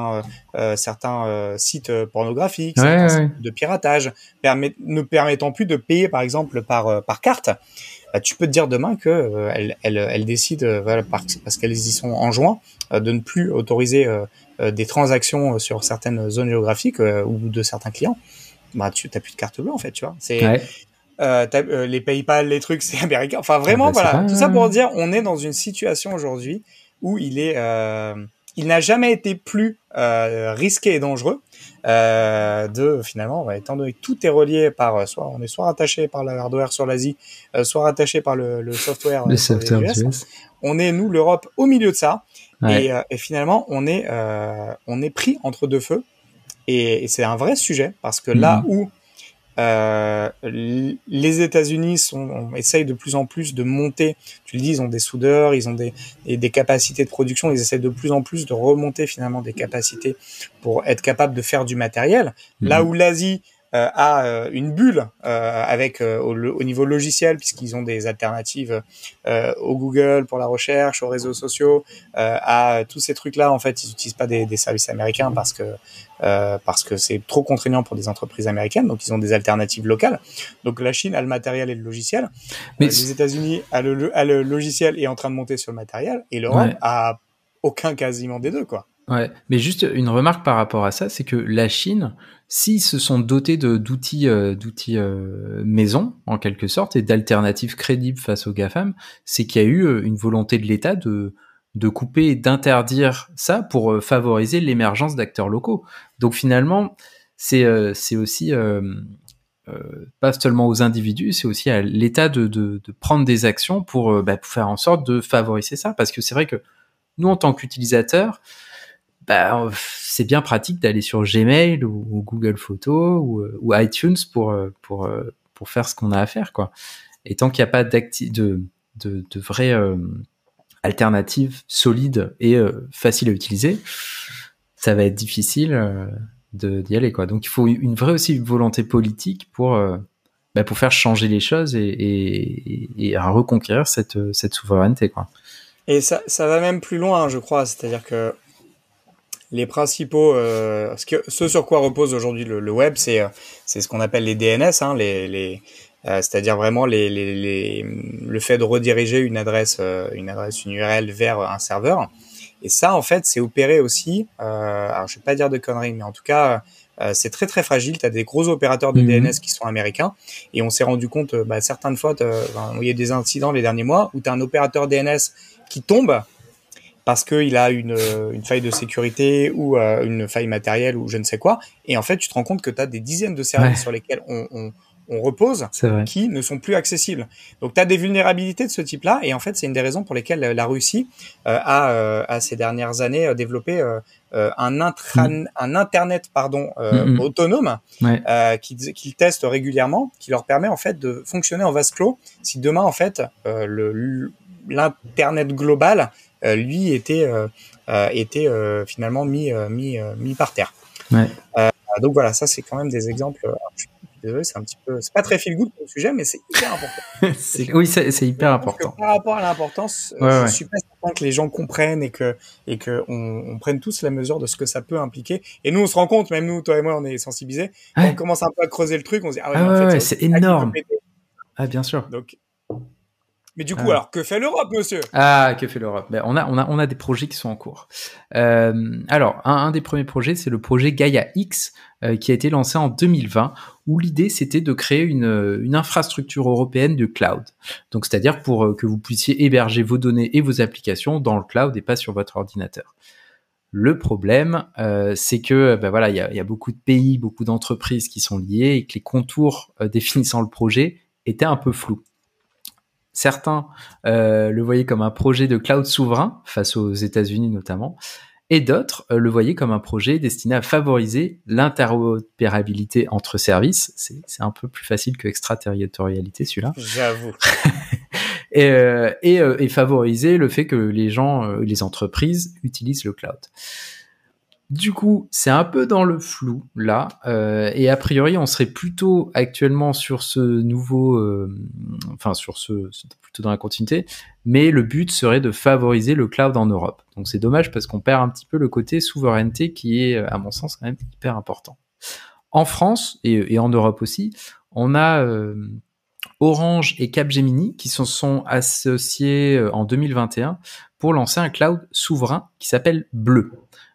certains sites pornographiques, certains sites Ouais. de piratage, ne permettant plus de payer par exemple par carte. Tu peux te dire demain que elles décident, voilà, parce qu'elles y sont enjoints, de ne plus autoriser des transactions sur certaines zones géographiques ou de certains clients. Bah, tu n'as plus de carte bleue en fait, tu vois. Ouais. Les PayPal, les trucs, c'est américain. Enfin, Ah vraiment, bah c'est voilà. ça. Tout ça pour dire, on est dans une situation aujourd'hui où il n'a jamais été plus risqué et dangereux de finalement, ouais, étant donné que tout est relié par on est soit rattaché par le hardware sur l'Asie, soit rattaché par le software Le sur les software US. US. On est nous l'Europe au milieu de ça Ouais. et finalement on est pris entre deux feux et c'est un vrai sujet parce que là où les États-Unis essayent de plus en plus de monter. Tu le dis, ils ont des soudeurs, ils ont des capacités de production. Ils essayent de plus en plus de remonter finalement des capacités pour être capable de faire du matériel. Là où l'Asie a une bulle avec au niveau logiciel, puisqu'ils ont des alternatives au Google pour la recherche, aux réseaux sociaux, à tous ces trucs-là. En fait, ils n'utilisent pas des services américains parce que c'est trop contraignant pour des entreprises américaines, donc ils ont des alternatives locales. Donc la Chine a le matériel et le logiciel, Mais les États-Unis a le logiciel et est en train de monter sur le matériel, et l'Europe ouais. a aucun quasiment des deux, quoi. Ouais, mais juste une remarque par rapport à ça, c'est que la Chine, s'ils se sont dotés d'outils maison en quelque sorte et d'alternatives crédibles face aux GAFAM, c'est qu'il y a eu une volonté de l'État de couper et d'interdire ça pour favoriser l'émergence d'acteurs locaux. Donc finalement, c'est aussi pas seulement aux individus, c'est aussi à l'État de prendre des actions pour faire en sorte de favoriser ça, parce que c'est vrai que nous en tant qu'utilisateurs, c'est bien pratique d'aller sur Gmail ou Google Photos ou iTunes pour faire ce qu'on a à faire, quoi. Et tant qu'il n'y a pas de vraies alternatives solides et faciles à utiliser, ça va être difficile d'y aller, quoi. Donc il faut une vraie aussi volonté politique pour faire changer les choses et reconquérir cette souveraineté, quoi. Et ça va même plus loin, je crois, c'est-à-dire que les principaux, ce sur quoi repose aujourd'hui le web, c'est ce qu'on appelle les DNS, hein, c'est-à-dire vraiment le fait de rediriger une adresse, une URL vers un serveur. Et ça, en fait, c'est opéré aussi. Alors, je vais pas dire de conneries, mais en tout cas, c'est très très fragile. Tu as des gros opérateurs de DNS qui sont américains, et on s'est rendu compte, certaines fois, il y a des incidents les derniers mois où tu as un opérateur DNS qui tombe parce qu'il a une faille de sécurité ou une faille matérielle ou je ne sais quoi. Et en fait, tu te rends compte que tu as des dizaines de services sur lesquels on repose qui ne sont plus accessibles. Donc, tu as des vulnérabilités de ce type-là. Et en fait, c'est une des raisons pour lesquelles la Russie a ces dernières années développé un Internet autonome qu'ils testent régulièrement, qui leur permet en fait de fonctionner en vase clos. Si demain, en fait, l'Internet global lui était finalement mis par terre. Ouais. Donc voilà, ça c'est quand même des exemples. Je suis désolé, c'est pas très feel good comme sujet, mais c'est hyper important. Oui, c'est hyper important. Par rapport à l'importance, je suis pas certain que les gens comprennent et que on prenne tous la mesure de ce que ça peut impliquer. Et nous, on se rend compte, même nous, toi et moi, on est sensibilisés. Quand on commence un peu à creuser le truc, on se dit, ah ouais, en fait, c'est énorme. Ah, bien sûr. Donc, mais du coup, alors, que fait l'Europe, monsieur? Ah, que fait l'Europe? Ben, on a des projets qui sont en cours. Alors, un des premiers projets, c'est le projet Gaia X, qui a été lancé en 2020, où l'idée, c'était de créer une infrastructure européenne de cloud. Donc, c'est-à-dire pour que vous puissiez héberger vos données et vos applications dans le cloud et pas sur votre ordinateur. Le problème, c'est que ben voilà, il y a beaucoup de pays, beaucoup d'entreprises qui sont liées et que les contours définissant le projet étaient un peu flous. Certains le voyaient comme un projet de cloud souverain face aux États-Unis notamment, et d'autres le voyaient comme un projet destiné à favoriser l'interopérabilité entre services. C'est un peu plus facile que extraterritorialité celui-là. J'avoue. et favoriser le fait que les entreprises utilisent le cloud. Du coup, c'est un peu dans le flou là, et a priori, on serait plutôt actuellement sur ce nouveau, plutôt dans la continuité, mais le but serait de favoriser le cloud en Europe. Donc c'est dommage parce qu'on perd un petit peu le côté souveraineté qui est, à mon sens, quand même hyper important. En France et en Europe aussi, on a Orange et Capgemini qui se sont associés en 2021 pour lancer un cloud souverain qui s'appelle Bleu.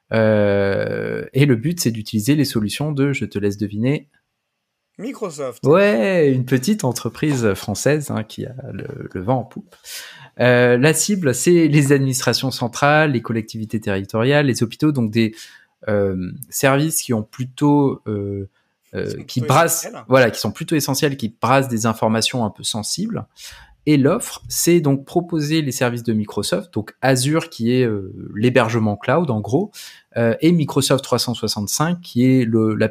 Et le but, c'est d'utiliser les solutions de, je te laisse deviner, Microsoft. Ouais, une petite entreprise française qui a le vent en poupe. La cible, c'est les administrations centrales, les collectivités territoriales, les hôpitaux, donc des services qui ont plutôt qui sont plutôt essentiels, qui brassent des informations un peu sensibles. Et l'offre, c'est donc proposer les services de Microsoft, donc Azure qui est l'hébergement cloud en gros, et Microsoft 365 qui est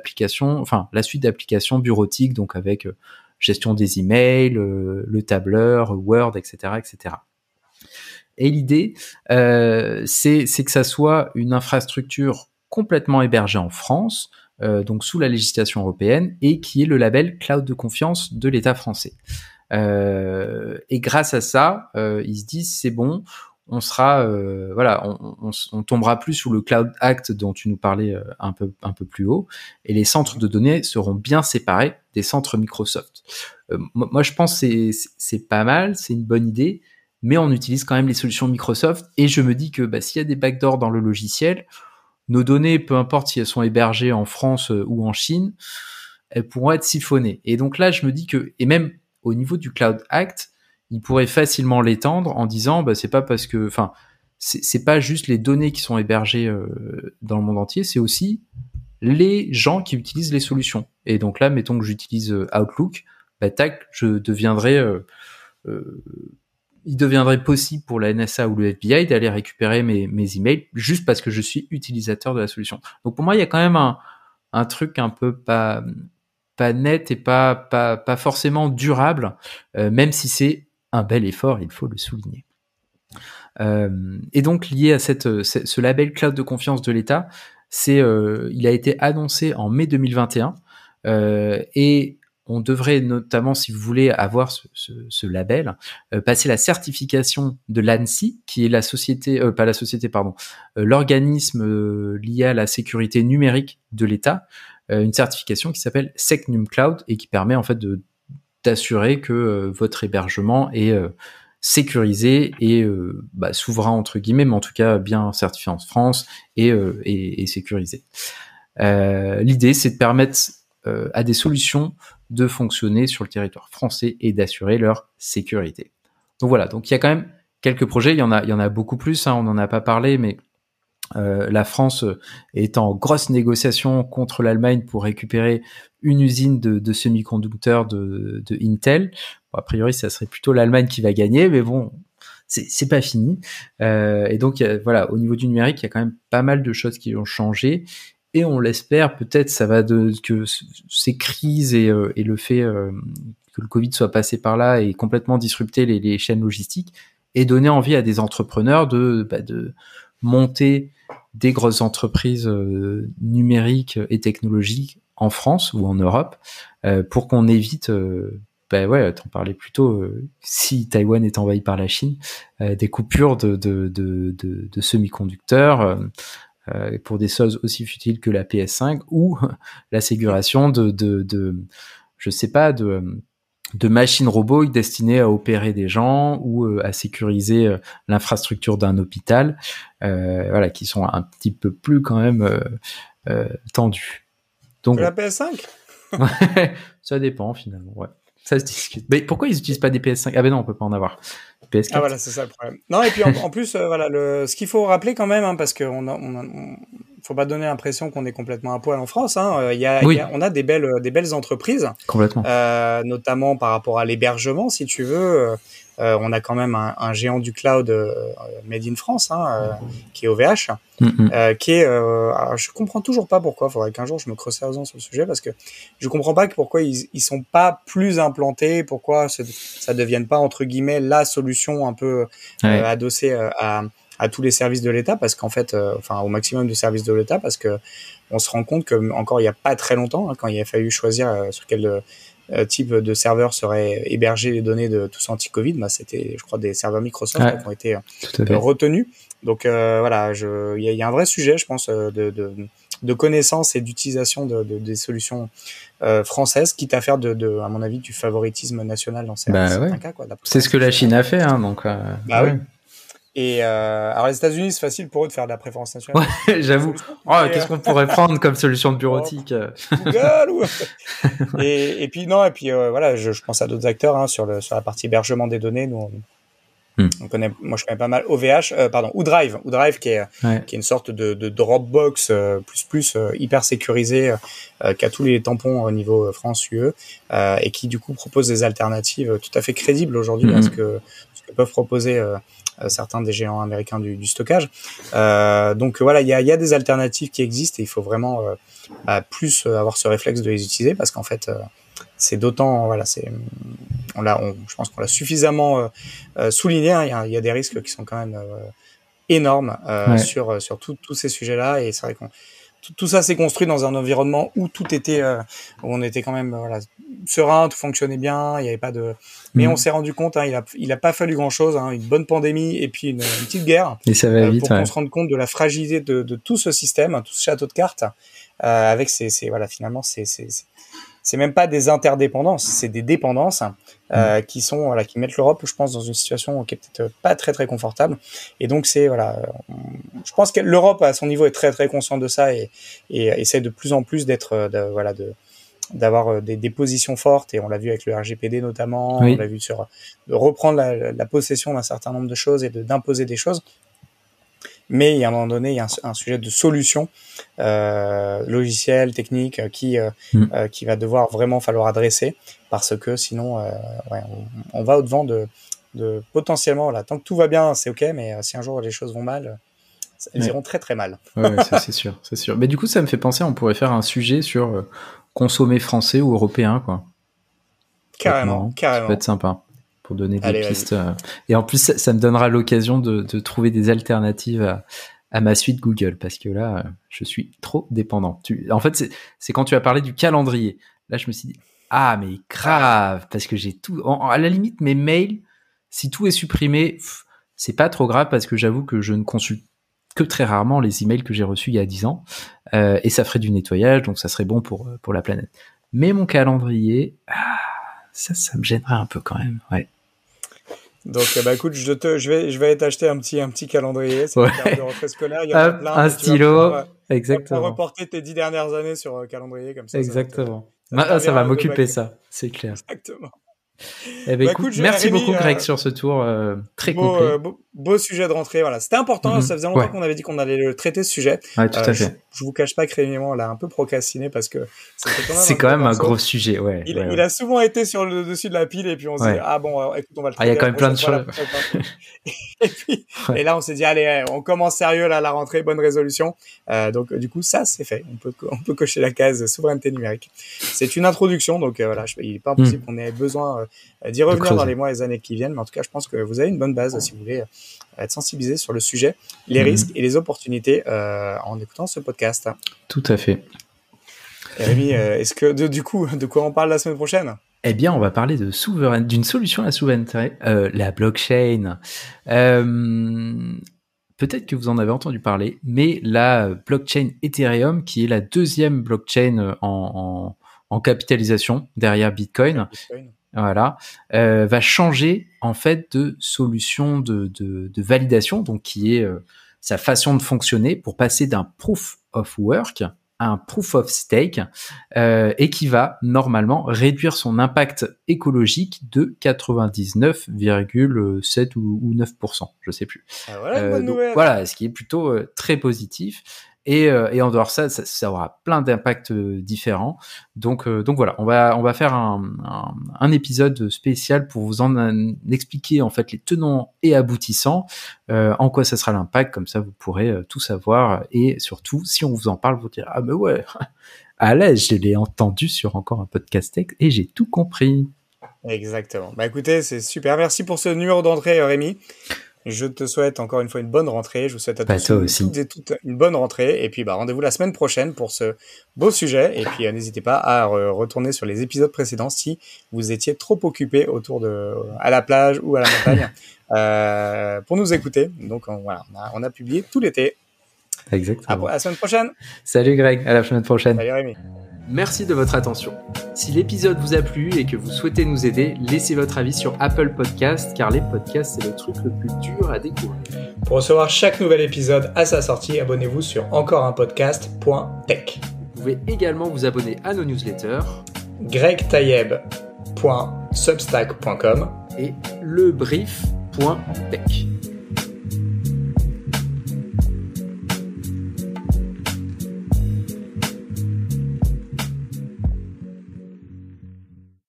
la suite d'applications bureautiques, donc avec gestion des emails, le tableur, Word, etc., etc. Et l'idée, c'est que ça soit une infrastructure complètement hébergée en France, donc sous la législation européenne, et qui est le label Cloud de confiance de l'État français. Et grâce à ça, ils se disent c'est bon, on sera on tombera plus sous le Cloud Act dont tu nous parlais un peu plus haut, et les centres de données seront bien séparés des centres Microsoft. Moi je pense que c'est pas mal, c'est une bonne idée, mais on utilise quand même les solutions Microsoft, et je me dis que s'il y a des backdoors dans le logiciel, nos données, peu importe si elles sont hébergées en France ou en Chine, elles pourront être siphonnées. Et donc là je me dis que, et même au niveau du Cloud Act, il pourrait facilement l'étendre en disant c'est pas parce que, c'est pas juste les données qui sont hébergées dans le monde entier, c'est aussi les gens qui utilisent les solutions. Et donc là, mettons que j'utilise Outlook, il deviendrait possible pour la NSA ou le FBI d'aller récupérer mes emails juste parce que je suis utilisateur de la solution. Donc pour moi, il y a quand même un truc un peu pas net et pas forcément durable, même si c'est un bel effort, il faut le souligner. Et donc lié à ce label Cloud de confiance de l'État, il a été annoncé en mai 2021, et on devrait notamment, si vous voulez avoir ce label, passer la certification de l'ANSSI, qui est l'organisme lié à la sécurité numérique de l'État, une certification qui s'appelle SecNum Cloud et qui permet en fait d'assurer que votre hébergement est sécurisé et souverain entre guillemets, mais en tout cas bien certifié en France et sécurisé. L'idée, c'est de permettre à des solutions de fonctionner sur le territoire français et d'assurer leur sécurité. Donc voilà, donc il y a quand même quelques projets, il y en a beaucoup plus, on n'en a pas parlé, mais la France est en grosse négociation contre l'Allemagne pour récupérer une usine de semi-conducteurs de Intel. A priori, ça serait plutôt l'Allemagne qui va gagner, mais bon, c'est pas fini. Et donc, au niveau du numérique, il y a quand même pas mal de choses qui ont changé. Et on l'espère, peut-être ça va que ces crises et le fait que le Covid soit passé par là et complètement disrupter les chaînes logistiques et donner envie à des entrepreneurs de monter des grosses entreprises numériques et technologiques en France ou en Europe pour qu'on évite t'en parlais plus tôt, si Taïwan est envahi par la Chine, des coupures de semi-conducteurs pour des choses aussi futiles que la PS5 ou la sécurisation je sais pas, de machines robots destinées à opérer des gens ou à sécuriser l'infrastructure d'un hôpital, qui sont un petit peu plus quand même tendues. Donc, que la PS5 ça dépend finalement, ouais. Ça se discute. Mais pourquoi ils n'utilisent pas des PS5 ? Ah ben non, on peut pas en avoir. PS4. Ah voilà, c'est ça le problème. Non, et puis en plus, ce qu'il faut rappeler quand même, parce que faut pas donner l'impression qu'on est complètement à poil en France. On a des belles entreprises, complètement. Notamment par rapport à l'hébergement, si tu veux. On a quand même un géant du cloud made in France, qui est OVH, qui est. Alors je comprends toujours pas pourquoi. Il faudrait qu'un jour je me creuse sérieusement sur le sujet parce que je comprends pas pourquoi ils sont pas plus implantés, pourquoi ça devienne pas entre guillemets la solution un peu adossée à tous les services de l'État, parce qu'en fait, au maximum de services de l'État, parce que on se rend compte que encore il y a pas très longtemps, quand il a fallu choisir sur quel type de serveur serait hébergé les données de tous anti-Covid, c'était, je crois, des serveurs Microsoft qui ont été retenus. Donc il y a un vrai sujet, je pense, de connaissance et d'utilisation des solutions françaises, quitte à faire à mon avis, du favoritisme national dans certains cas. C'est ce que la Chine a fait, donc. Oui. Et alors les États-Unis, c'est facile pour eux de faire de la préférence nationale. Ouais, j'avoue. Qu'est-ce qu'on pourrait prendre comme solution de bureautique Google et puis je pense à d'autres acteurs sur la partie hébergement des données. Nous, je connais pas mal OVH, OuDrive, qui est une sorte de Dropbox plus hyper sécurisé, qui a tous les tampons au niveau France UE, et qui du coup propose des alternatives tout à fait crédibles aujourd'hui à ce que peuvent proposer certains des géants américains du stockage. Donc il y a des alternatives qui existent et il faut vraiment plus avoir ce réflexe de les utiliser, parce qu'en fait c'est d'autant je pense qu'on l'a suffisamment souligné, il y a des risques qui sont quand même énormes sur tous ces sujets-là, et c'est vrai qu'on tout ça s'est construit dans un environnement où tout était où on était quand même serein, tout fonctionnait bien, il y avait pas de mais on s'est rendu compte, il a pas fallu grand-chose, une bonne pandémie et puis une petite guerre et ça va vite, pour qu'on se rende compte de la fragilité de tout ce système, tout ce château de cartes, avec finalement c'est même pas des interdépendances, c'est des dépendances qui sont qui mettent l'Europe, je pense, dans une situation qui est peut-être pas très très confortable. Et donc je pense que l'Europe à son niveau est très très consciente de ça et essaie de plus en plus d'avoir des positions fortes, et on l'a vu avec le RGPD notamment, on l'a vu de reprendre la possession d'un certain nombre de choses et d'imposer des choses. Mais il y a un moment donné, il y a un sujet de solution logicielle, technique, qui va devoir vraiment falloir adresser, parce que sinon, on va au-devant de potentiellement, tant que tout va bien, c'est ok, mais si un jour les choses vont mal, elles iront très très mal. Ça, c'est sûr. Mais du coup, ça me fait penser, on pourrait faire un sujet sur consommer français ou européen, quoi. Carrément. Ça peut être sympa. Pour donner des pistes. Et en plus, ça me donnera l'occasion de trouver des alternatives à ma suite Google, parce que là, je suis trop dépendant. En fait, c'est quand tu as parlé du calendrier. Là, je me suis dit, mais grave, parce que j'ai tout. À la limite, mes mails, si tout est supprimé, c'est pas trop grave, parce que j'avoue que je ne consulte que très rarement les emails que j'ai reçus il y a 10 ans. Et ça ferait du nettoyage, donc ça serait bon pour la planète. Mais mon calendrier, ça me gênerait un peu quand même, ouais. Donc, écoute, je vais t'acheter un petit calendrier. C'est une carte de rentrée scolaire. Il y en a plein. Un stylo. Exactement. Tu vas reporter tes 10 dernières années sur calendrier, comme ça. Exactement. Ça va m'occuper, ça. C'est clair. Exactement. Écoute, merci beaucoup, Greg, sur ce tour très complet. Beau sujet de rentrée. Voilà. C'était important. Ça faisait longtemps qu'on avait dit qu'on allait le traiter, ce sujet. Ouais, tout à fait. Je vous cache pas que Rémi l'a un peu procrastiné, parce que c'est quand même un gros sujet. Il a souvent été sur le dessus de la pile, et puis on se dit, écoute, on va le traiter. Il y a quand même plein de choses. Et là, on s'est dit, allez, on commence sérieux, là, la rentrée, bonne résolution. Donc, du coup, ça, c'est fait. On peut cocher la case souveraineté numérique. C'est une introduction, donc il est pas impossible qu'on ait besoin d'y revenir dans les mois et les années qui viennent. Mais en tout cas, je pense que vous avez une bonne base si vous voulez être sensibilisé sur le sujet, les risques et les opportunités en écoutant ce podcast. Tout à fait. Rémi, est-ce que du coup, de quoi on parle la semaine prochaine? Eh bien, on va parler d'une solution à la souveraineté, la blockchain. Peut-être que vous en avez entendu parler, mais la blockchain Ethereum, qui est la deuxième blockchain en capitalisation derrière Bitcoin, voilà, va changer en fait de solution de validation, donc qui est sa façon de fonctionner pour passer d'un proof of work à un proof of stake et qui va normalement réduire son impact écologique de 99,7 ou 9%, je sais plus. Voilà une bonne nouvelle. Voilà, ce qui est plutôt très positif. Et en dehors de ça aura plein d'impacts différents. Donc voilà, on va faire un épisode spécial pour vous en expliquer en fait les tenants et aboutissants, en quoi ça sera l'impact, comme ça vous pourrez tout savoir, et surtout si on vous en parle, vous direz ah mais ouais, à l'aise, je l'ai entendu sur encore un podcast tech et j'ai tout compris. Éexactement. Bah écoutez, c'est super. Merci pour ce numéro d'entrée, Rémi. Je te souhaite encore une fois une bonne rentrée. Je vous souhaite à toutes et toutes une bonne rentrée. Et puis, rendez-vous la semaine prochaine pour ce beau sujet. Et puis, n'hésitez pas à retourner sur les épisodes précédents si vous étiez trop occupé à la plage ou à la montagne, pour nous écouter. Donc, voilà, on a publié tout l'été. Exactement. À la semaine prochaine. Salut Greg, à la semaine prochaine. Salut Rémi. Merci de votre attention. Si l'épisode vous a plu et que vous souhaitez nous aider, laissez votre avis sur Apple Podcast, car les podcasts, c'est le truc le plus dur à découvrir. Pour recevoir chaque nouvel épisode à sa sortie, abonnez-vous sur encoreunpodcast.tech. Vous pouvez également vous abonner à nos newsletters gregtayeb.substack.com et lebrief.tech.